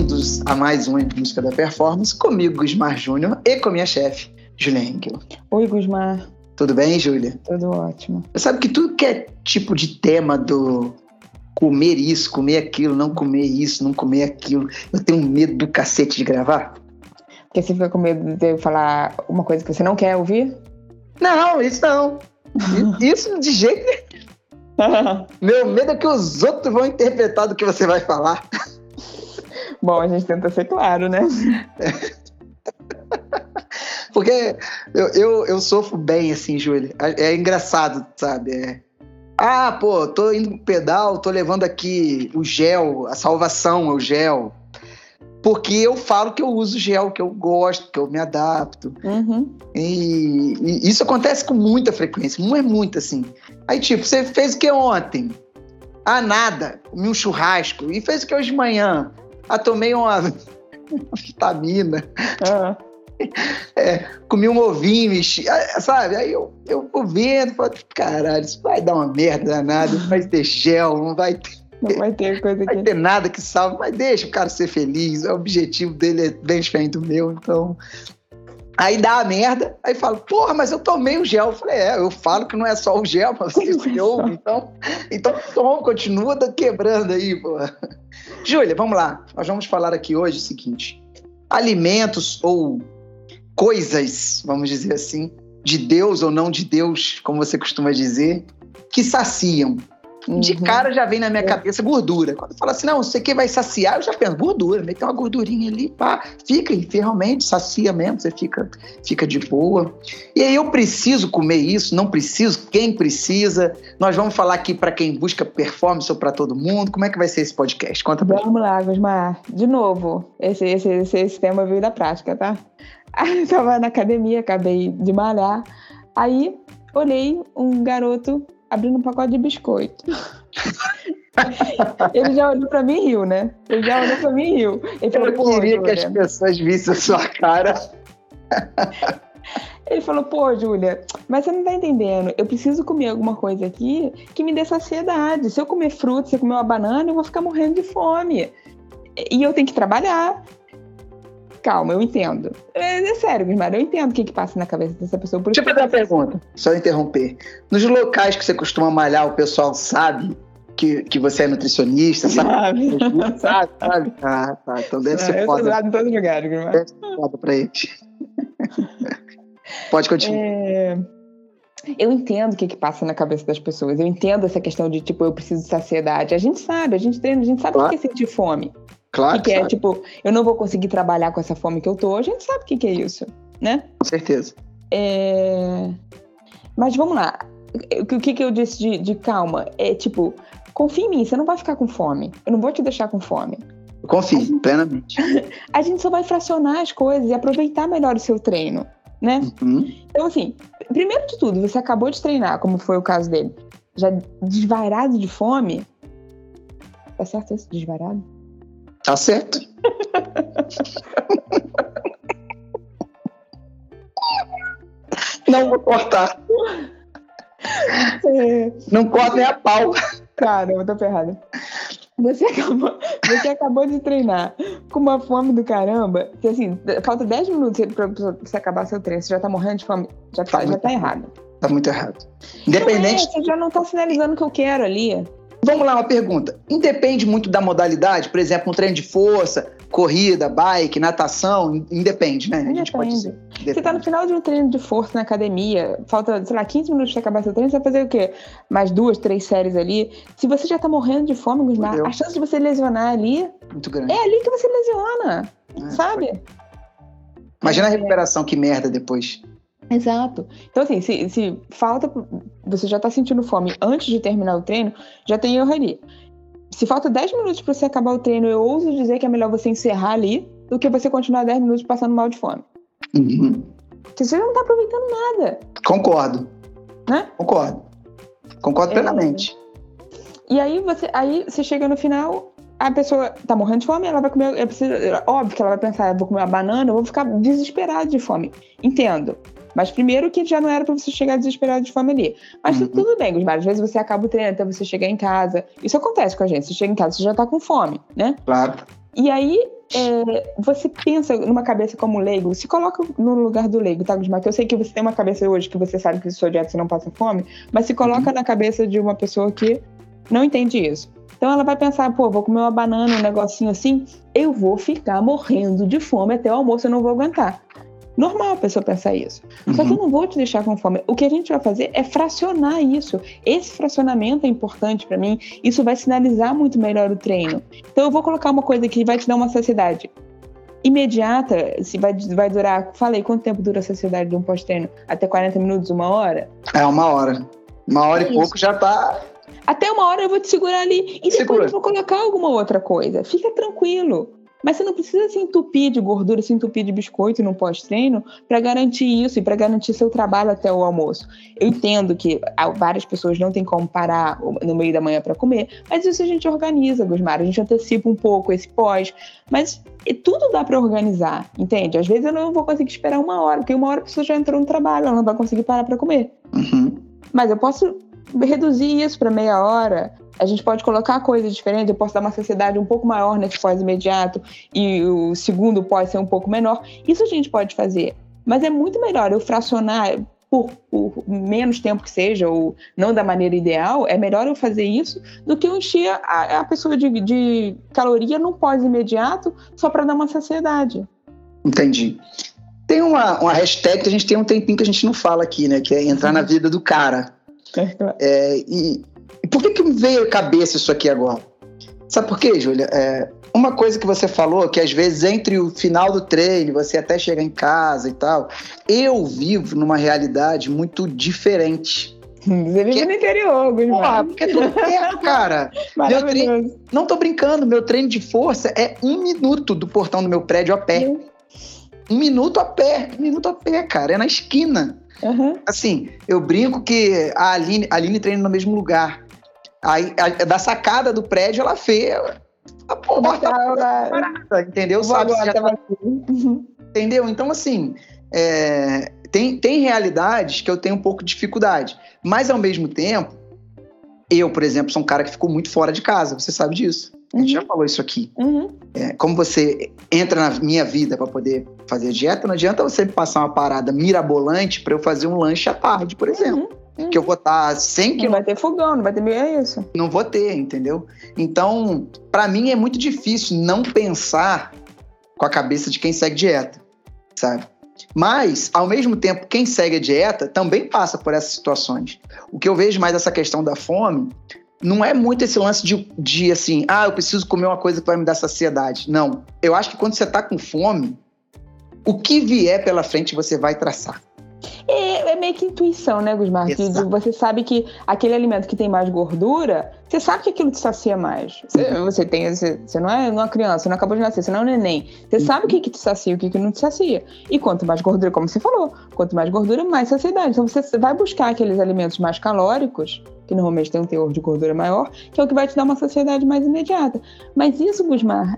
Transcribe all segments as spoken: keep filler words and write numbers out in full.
bem-vindos a mais um Em Busca da Performance, comigo, Gusmar Júnior, e com minha chefe, Júlia Henkel. Oi, Gusmar. Tudo bem, Júlia? Tudo ótimo. Você sabe que tudo que é tipo de tema do comer isso, comer aquilo, não comer isso, não comer aquilo, eu tenho medo do cacete de gravar. Porque você fica com medo de eu falar uma coisa que você não quer ouvir? Não, isso não. Isso de jeito nenhum. Meu medo é que os outros vão interpretar do que você vai falar. Bom, a gente tenta ser claro, né? Porque eu, eu, eu sofro bem, assim, Júlia. É, é engraçado, sabe? É... Ah, pô, tô indo pro pedal, tô levando aqui o gel, a salvação é o gel. Porque eu falo que eu uso gel, que eu gosto, que eu me adapto. Uhum. E, e isso acontece com muita frequência, não é muito assim. Aí, tipo, você fez o que ontem? Ah, nada, comi um churrasco. E fez o que hoje de manhã? Ah, tomei uma, uma vitamina. Uhum. É, comi um ovinho, sabe? Aí eu, eu vou vendo, falo, caralho, isso vai dar uma merda danada, não vai ter gel, não vai ter. Não vai ter coisa Não vai aqui. ter nada que salve, mas deixa o cara ser feliz. O objetivo dele é bem diferente do meu, então. Aí dá a merda, aí fala, porra, mas eu tomei o gel. Eu falei, é, eu falo que não é só o gel, mas você se ouve, então, então toma, continua quebrando aí, porra. Júlia, vamos lá. Nós vamos falar aqui hoje o seguinte: alimentos ou coisas, vamos dizer assim, de Deus ou não de Deus, como você costuma dizer, que saciam. De cara já vem na minha cabeça gordura. Quando fala assim, não, você que vai saciar, eu já penso, gordura, meter uma gordurinha ali, pá, fica, e realmente sacia mesmo, você fica, fica de boa. E aí eu preciso comer isso, não preciso, quem precisa? Nós vamos falar aqui para quem busca performance ou para todo mundo. Como é que vai ser esse podcast? Conta pra gente. Vamos lá, Gusmar. De novo, esse, esse, esse, esse tema veio da prática, tá? Aí eu tava na academia, acabei de malhar, aí olhei um garoto abrindo um pacote de biscoito. Ele já olhou pra mim e riu, né? Ele já olhou pra mim e riu. Ele falou, eu pô, queria Júlia. que as pessoas vissem a sua cara. Ele falou, pô, Júlia, mas você não tá entendendo. Eu preciso comer alguma coisa aqui que me dê saciedade. Se eu comer fruta, se eu comer uma banana, eu vou ficar morrendo de fome. E eu tenho que trabalhar. Calma, eu entendo. É, é sério, Gusmar, eu entendo o que que passa na cabeça dessa pessoa. Por Deixa eu fazer uma pergunta, só interromper. Nos locais que você costuma malhar, o pessoal sabe que, que você é nutricionista, sabe? Sabe? sabe, sabe? Ah, tá. Então deve ser Eu foda. sou usado em todos os lugares, Gusmar. Deve ser foda pra eles. Pode continuar. É... Eu entendo o que que passa na cabeça das pessoas. Eu entendo essa questão de, tipo, eu preciso de saciedade. A gente sabe, a gente treina, a gente sabe Claro. o que é sentir fome. Claro O que, que é, sabe. tipo, eu não vou conseguir trabalhar com essa fome que eu tô. A gente sabe o que, que é isso, né? Com certeza. É... Mas vamos lá. O que, que eu disse de, de calma? É tipo, confia em mim, você não vai ficar com fome. Eu não vou te deixar com fome. Eu confio, plenamente. A gente só vai fracionar as coisas e aproveitar melhor o seu treino, né? Uhum. Então, assim, primeiro de tudo, você acabou de treinar, como foi o caso dele, já desvairado de fome. Tá certo isso, desvairado? Tá certo. Não vou cortar. É... Não corta nem a pau. Caramba, eu tô ferrada. Você acabou, você acabou de treinar com uma fome do caramba, que assim, falta dez minutos pra você acabar seu treino, você já tá morrendo de fome, já tá, Tá já tá errado. Tá muito errado. Independente. Não é, você já não tá sinalizando o que eu quero ali. Vamos lá, uma pergunta. Independe muito da modalidade? Por exemplo, um treino de força, corrida, bike, natação, independe, né? A gente pode dizer. Você tá no final de um treino de força na academia, falta, sei lá, quinze minutos pra acabar seu treino, você vai fazer o quê? Mais duas, três séries ali. Se você já tá morrendo de fome, Gusmar, a chance de você lesionar ali, muito grande. É ali que você lesiona, é, sabe? Foi. Imagina a recuperação, que merda depois. Exato. Então, assim, se, se falta, você já tá sentindo fome antes de terminar o treino, já tem erro ali. Se falta dez minutos pra você acabar o treino, eu ouso dizer que é melhor você encerrar ali do que você continuar dez minutos passando mal de fome. Uhum. Porque você já não tá aproveitando nada. Concordo. Né? Concordo. Concordo é... plenamente. E aí você, aí você chega no final, a pessoa tá morrendo de fome, ela vai comer, eu preciso, óbvio que ela vai pensar, eu vou comer uma banana, eu vou ficar desesperada de fome. Entendo. Mas primeiro que já não era pra você chegar desesperado de fome ali. Mas uhum. tudo bem, Gusmar. Às vezes você acaba o treino até você chegar em casa. Isso acontece com a gente. Você chega em casa, você já tá com fome, né? Claro. E aí, é, você pensa numa cabeça como leigo, se coloca no lugar do leigo, tá, Gusmar? Que eu sei que você tem uma cabeça hoje que você sabe que se sua dieta você não passa fome, mas se coloca uhum. na cabeça de uma pessoa que não entende isso. Então ela vai pensar, pô, vou comer uma banana, um negocinho assim, eu vou ficar morrendo de fome até o almoço, eu não vou aguentar. Normal a pessoa pensar isso. Uhum. Só que eu não vou te deixar com fome. O que a gente vai fazer é fracionar isso. Esse fracionamento é importante pra mim. Isso vai sinalizar muito melhor o treino. Então eu vou colocar uma coisa que vai te dar uma saciedade imediata. Se vai, vai durar... Falei, quanto tempo dura a saciedade de um pós-treino? Até quarenta minutos, uma hora? É, uma hora. Uma hora é e isso. pouco já tá... Até uma hora eu vou te segurar ali. E depois Segura. eu vou colocar alguma outra coisa. Fica tranquilo. Mas você não precisa se entupir de gordura, se entupir de biscoito no pós-treino para garantir isso e para garantir seu trabalho até o almoço. Eu entendo que várias pessoas não têm como parar no meio da manhã para comer, mas isso a gente organiza, Gusmar. A gente antecipa um pouco esse pós, mas tudo dá para organizar, entende? Às vezes eu não vou conseguir esperar uma hora, porque uma hora a pessoa já entrou no trabalho, ela não vai conseguir parar para comer. Uhum. Mas eu posso reduzir isso para meia hora. A gente pode colocar coisas diferentes, eu posso dar uma saciedade um pouco maior nesse pós-imediato e o segundo pós ser um pouco menor. Isso a gente pode fazer, mas é muito melhor eu fracionar por, por menos tempo que seja, ou não da maneira ideal, é melhor eu fazer isso do que eu encher a, a pessoa de, de caloria num pós-imediato só para dar uma saciedade. Entendi. Tem uma, uma hashtag que a gente tem um tempinho que a gente não fala aqui, né? Que é entrar na vida do cara. É, e E por que que me veio à cabeça isso aqui agora? Sabe por quê, Júlia? É, uma coisa que você falou, que às vezes entre o final do treino, você até chega em casa e tal, eu vivo numa realidade muito diferente. Você vive no interior, Gusmar. Porra, porque é tudo perto, cara. Meu treino, não tô brincando, meu treino de força é um minuto do portão do meu prédio a pé. Uhum. Um minuto a pé, um minuto a pé, cara, é na esquina. Uhum. Assim, eu brinco que a Aline, a Aline treina no mesmo lugar. Aí, a, da sacada do prédio, ela vê a porta parada, entendeu? Sabe, já tá... uhum. Entendeu? Então, assim, é, tem, tem realidades que eu tenho um pouco de dificuldade. Mas, ao mesmo tempo, eu, por exemplo, sou um cara que ficou muito fora de casa. Você sabe disso. A gente uhum. já falou isso aqui. Uhum. É, como você entra na minha vida para poder fazer dieta, não adianta você passar uma parada mirabolante para eu fazer um lanche à tarde, por exemplo. Uhum. Uhum. Que eu vou estar sem que... Não vai ter fogão, não vai ter meio é isso. Não vou ter, entendeu? Então, para mim é muito difícil não pensar com a cabeça de quem segue dieta, sabe? Mas, ao mesmo tempo, quem segue a dieta também passa por essas situações. O que eu vejo mais essa questão da fome... Não é muito esse lance de, de, assim, ah, eu preciso comer uma coisa que vai me dar saciedade. Não. Eu acho que quando você tá com fome, o que vier pela frente você vai traçar. É, é meio que intuição, né, Gusmar? Que você sabe que aquele alimento que tem mais gordura, você sabe que aquilo te sacia mais. Você, uhum. você, tem, você, você não é uma criança, você não acabou de nascer, você não é um neném. Você uhum. sabe o que, que te sacia e o que, que não te sacia. E quanto mais gordura, como você falou, quanto mais gordura, mais saciedade. Então você vai buscar aqueles alimentos mais calóricos, que normalmente tem um teor de gordura maior, que é o que vai te dar uma saciedade mais imediata. Mas isso, Gusmar,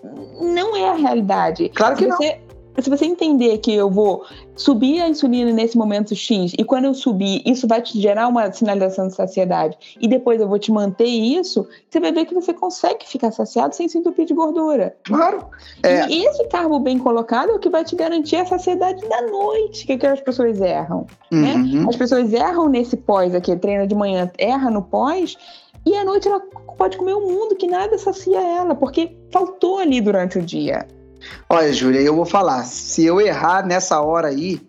não é a realidade. Claro que você, não. Se você entender que eu vou subir a insulina nesse momento X, e quando eu subir, isso vai te gerar uma sinalização de saciedade, e depois eu vou te manter isso, você vai ver que você consegue ficar saciado sem se entupir de gordura. Claro. É. E esse carbo bem colocado é o que vai te garantir a saciedade da noite, que, é que as pessoas erram. Uhum. Né? As pessoas erram nesse pós aqui, treina de manhã, erra no pós, e à noite ela pode comer o mundo, que nada sacia ela, porque faltou ali durante o dia. Olha, Júlia, eu vou falar, se eu errar nessa hora aí,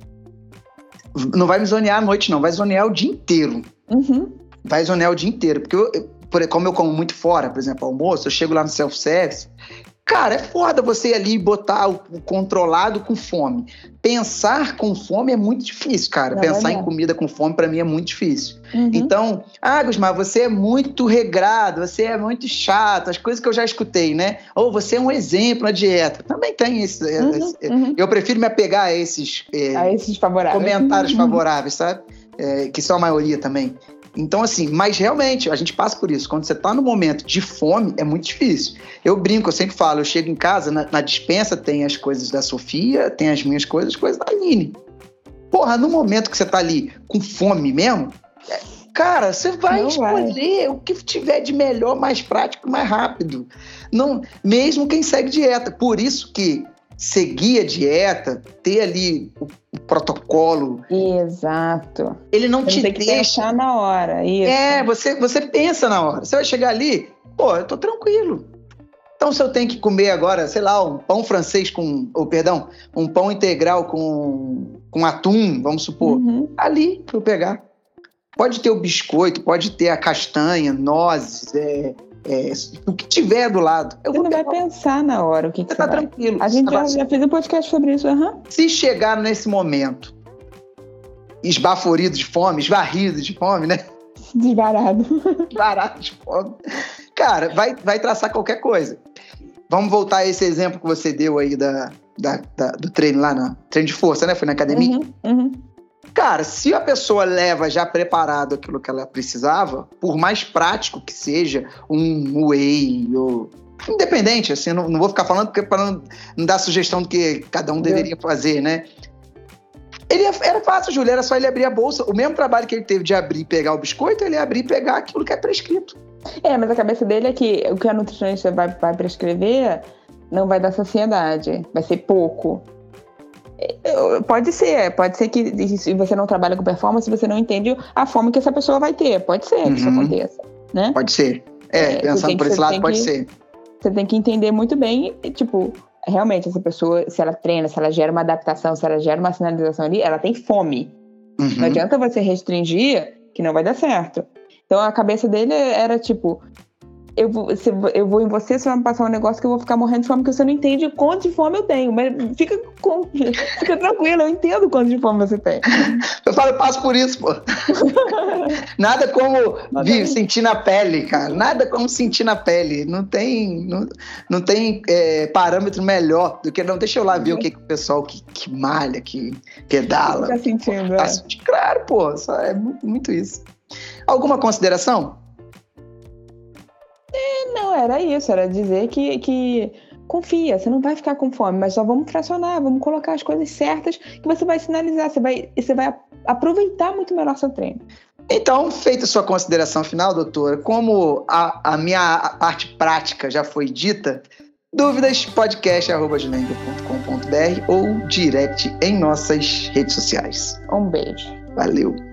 não vai me zonear à noite não, vai zonear o dia inteiro. Uhum. Vai zonear o dia inteiro, porque eu, eu, como eu como muito fora, por exemplo, almoço, eu chego lá no self-service, cara, é foda você ir ali e botar o, o controlado com fome. Pensar com fome é muito difícil, cara. Não, Pensar em comida com fome, pra mim, é muito difícil. Uhum. Então, ah, Gusmar, você é muito regrado, você é muito chato, as coisas que eu já escutei, né? Ou você é um exemplo na dieta. Também tem esse... Uhum, esse uhum. Eu prefiro me apegar a esses, é, a esses favoráveis. comentários uhum. favoráveis, sabe? É, que são a maioria também. Então, assim, mas realmente, a gente passa por isso. Quando você tá no momento de fome, é muito difícil. Eu brinco, eu sempre falo, eu chego em casa, na, na despensa tem as coisas da Sofia, tem as minhas coisas, as coisas da Aline. Porra, no momento que você tá ali com fome mesmo, é, cara, você vai Não escolher vai. o que tiver de melhor, mais prático, mais rápido. Não, mesmo quem segue dieta. Por isso que seguir a dieta, ter ali o, o protocolo. Exato. Ele não você te tem que deixa. pensar na hora. Isso. É, você, você pensa na hora. Você vai chegar ali, pô, eu tô tranquilo. Então, se eu tenho que comer agora, sei lá, um pão francês com, ou perdão, um pão integral com, com atum, vamos supor, uhum. ali para eu pegar. Pode ter o biscoito, pode ter a castanha, nozes, é, é, o que tiver do lado. Eu você vou não pegar. vai pensar na hora o que, que você, você tá vai. tranquilo. A gente já, vai... já fez um podcast sobre isso. Uhum. Se chegar nesse momento, esbaforido de fome, esvarrido de fome, né? Desbarado. Desbarado de fome. Cara, vai, vai traçar qualquer coisa. Vamos voltar a esse exemplo que você deu aí da, da, da, do treino lá, na treino de força, né? Foi na academia. Uhum, uhum. Cara, se a pessoa leva já preparado aquilo que ela precisava, por mais prático que seja, um whey ou... Independente, assim, não, não vou ficar falando porque para não, não dar sugestão do que cada um deveria fazer, né? Ele era fácil, Júlio, era só ele abrir a bolsa. O mesmo trabalho que ele teve de abrir e pegar o biscoito, ele ia abrir e pegar aquilo que é prescrito. É, mas a cabeça dele é que o que a nutricionista vai, vai prescrever não vai dar saciedade, vai ser pouco. Pode ser, pode ser que se você não trabalha com performance, você não entende a fome que essa pessoa vai ter. Pode ser que uhum. isso aconteça, né? Pode ser. É, é pensando por esse lado, pode que, ser. Você tem que entender muito bem, tipo, realmente essa pessoa, se ela treina, se ela gera uma adaptação, se ela gera uma sinalização ali, ela tem fome. Uhum. Não adianta você restringir, que não vai dar certo. Então a cabeça dele era tipo, eu vou, eu vou em você, você vai me passar um negócio que eu vou ficar morrendo de fome, porque você não entende quanto de fome eu tenho. Mas fica, com, fica tranquilo, eu entendo quanto de fome você tem. Eu falo, eu passo por isso, pô. Nada como vive, sentir na pele, cara. Nada como sentir na pele. Não tem, não, não tem é, parâmetro melhor do que não. Deixa eu lá ver o que, que o pessoal que, que malha, que pedala. Tá sentindo, pô, é. Tá sentindo, claro, pô. Só é muito, muito isso. Alguma consideração? Não, era isso, era dizer que, que confia, você não vai ficar com fome, mas só vamos fracionar, vamos colocar as coisas certas que você vai sinalizar, você vai, você vai aproveitar muito melhor seu treino. Então, feita a sua consideração final, doutora, como a, a minha parte prática já foi dita, dúvidas, podcast arroba gmail ponto com ponto b r ou direct em nossas redes sociais. Um beijo. Valeu.